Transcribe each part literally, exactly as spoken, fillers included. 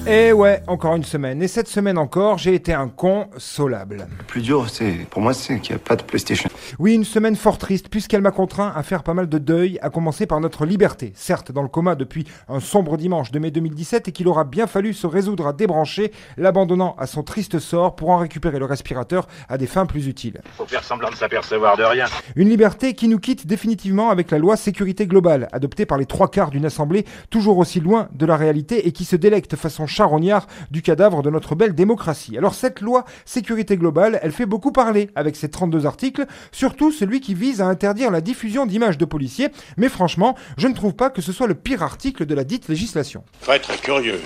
Et ouais, encore une semaine. Et cette semaine encore, j'ai été un con solable. Le plus dur, c'est, pour moi, c'est qu'il n'y a pas de PlayStation. Oui, une semaine fort triste, puisqu'elle m'a contraint à faire pas mal de deuil, à commencer par notre liberté. Certes, dans le coma depuis un sombre dimanche de mai deux mille dix-sept, et qu'il aura bien fallu se résoudre à débrancher, l'abandonnant à son triste sort pour en récupérer le respirateur à des fins plus utiles. Faut faire semblant de s'apercevoir de rien. Une liberté qui nous quitte définitivement avec la loi sécurité globale, adoptée par les trois quarts d'une assemblée toujours aussi loin de la réalité et qui se délecte façon charognard du cadavre de notre belle démocratie. Alors cette loi sécurité globale, elle fait beaucoup parler avec ses trente-deux articles, surtout celui qui vise à interdire la diffusion d'images de policiers, mais franchement, je ne trouve pas que ce soit le pire article de la dite législation. Très très curieuse.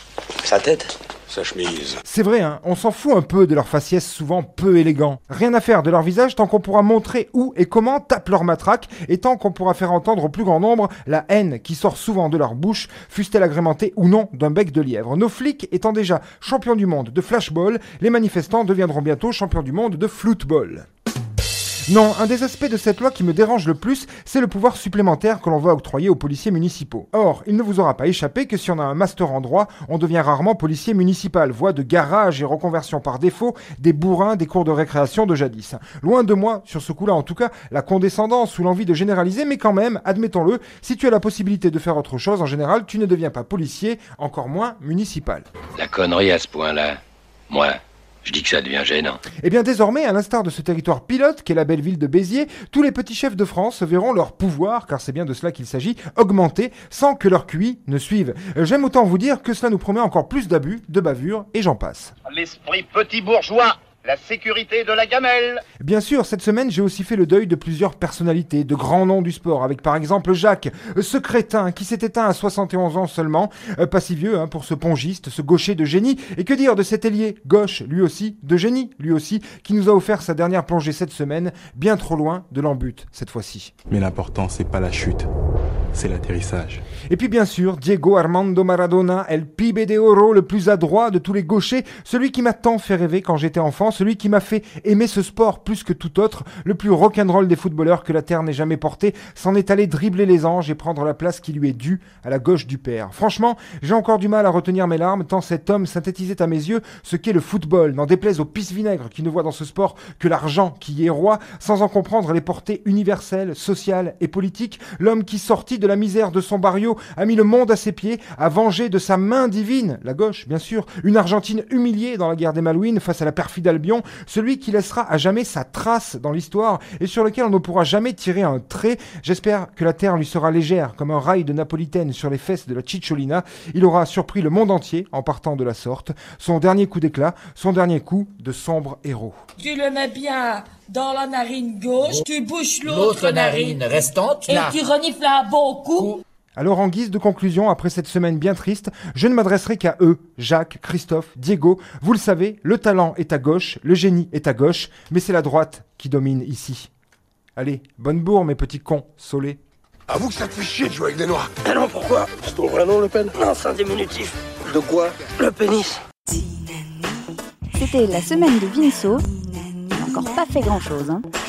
Sa tête ? Sa chemise. C'est vrai, hein, on s'en fout un peu de leur faciès souvent peu élégant. Rien à faire de leur visage tant qu'on pourra montrer où et comment tape leur matraque et tant qu'on pourra faire entendre au plus grand nombre la haine qui sort souvent de leur bouche, fût-elle agrémentée ou non d'un bec de lièvre. Nos flics étant déjà champions du monde de flashball, les manifestants deviendront bientôt champions du monde de flootball. Non, un des aspects de cette loi qui me dérange le plus, c'est le pouvoir supplémentaire que l'on va octroyer aux policiers municipaux. Or, il ne vous aura pas échappé que si on a un master en droit, on devient rarement policier municipal, voie de garage et reconversion par défaut, des bourrins, des cours de récréation de jadis. Loin de moi, sur ce coup-là en tout cas, la condescendance ou l'envie de généraliser, mais quand même, admettons-le, si tu as la possibilité de faire autre chose, en général, tu ne deviens pas policier, encore moins municipal. La connerie à ce point-là, moi... je dis que ça devient gênant. Eh bien désormais, à l'instar de ce territoire pilote qu'est la belle ville de Béziers, tous les petits chefs de France verront leur pouvoir, car c'est bien de cela qu'il s'agit, augmenter sans que leur Q I ne suive. J'aime autant vous dire que cela nous promet encore plus d'abus, de bavures, et j'en passe. L'esprit petit bourgeois, la sécurité de la gamelle. Bien sûr, cette semaine, j'ai aussi fait le deuil de plusieurs personnalités, de grands noms du sport, avec par exemple Jacques, ce crétin qui s'est éteint à soixante et onze ans seulement, euh, pas si vieux hein, pour ce pongiste, ce gaucher de génie, et que dire de cet ailier gauche, lui aussi, de génie, lui aussi, qui nous a offert sa dernière plongée cette semaine, bien trop loin de l'embut, cette fois-ci. Mais l'important, c'est pas la chute, c'est l'atterrissage. Et puis bien sûr, Diego Armando Maradona, El Pibe de Oro, le plus adroit de tous les gauchers, celui qui m'a tant fait rêver quand j'étais enfant, celui qui m'a fait aimer ce sport plus que tout autre, le plus rock'n'roll des footballeurs que la terre n'ait jamais porté, s'en est allé dribbler les anges et prendre la place qui lui est due à la gauche du père. Franchement, j'ai encore du mal à retenir mes larmes tant cet homme synthétisait à mes yeux ce qu'est le football, n'en déplaise aux pisse-vinaigre qui ne voient dans ce sport que l'argent qui y est roi, sans en comprendre les portées universelles, sociales et politiques. L'homme qui, sorti de la misère de son barrio, a mis le monde à ses pieds, a vengé de sa main divine, la gauche bien sûr, une Argentine humiliée dans la guerre des Malouines face à la perfide Albion, celui qui laissera à jamais sa trace dans l'histoire et sur lequel on ne pourra jamais tirer un trait. J'espère que la terre lui sera légère comme un rail de napolitaine sur les fesses de la Cicciolina. Il aura surpris le monde entier en partant de la sorte. Son dernier coup d'éclat, son dernier coup de sombre héros. Tu le mets bien dans la narine gauche, tu bouches l'autre, l'autre narine restante et là. tu renifles un bon coup. Alors en guise de conclusion, après cette semaine bien triste, je ne m'adresserai qu'à eux, Jacques, Christophe, Diego. Vous le savez, le talent est à gauche, le génie est à gauche, mais c'est la droite qui domine ici. Allez, bonne bourre mes petits cons, saulés. Avoue que ça te fait chier de jouer avec des noirs. Ah non, pourquoi? C'est ton vrai nom, Le Pen? Non, c'est un diminutif. De quoi? Le pénis. C'était la semaine de Vinceau. Il n'a encore pas fait grand-chose, hein.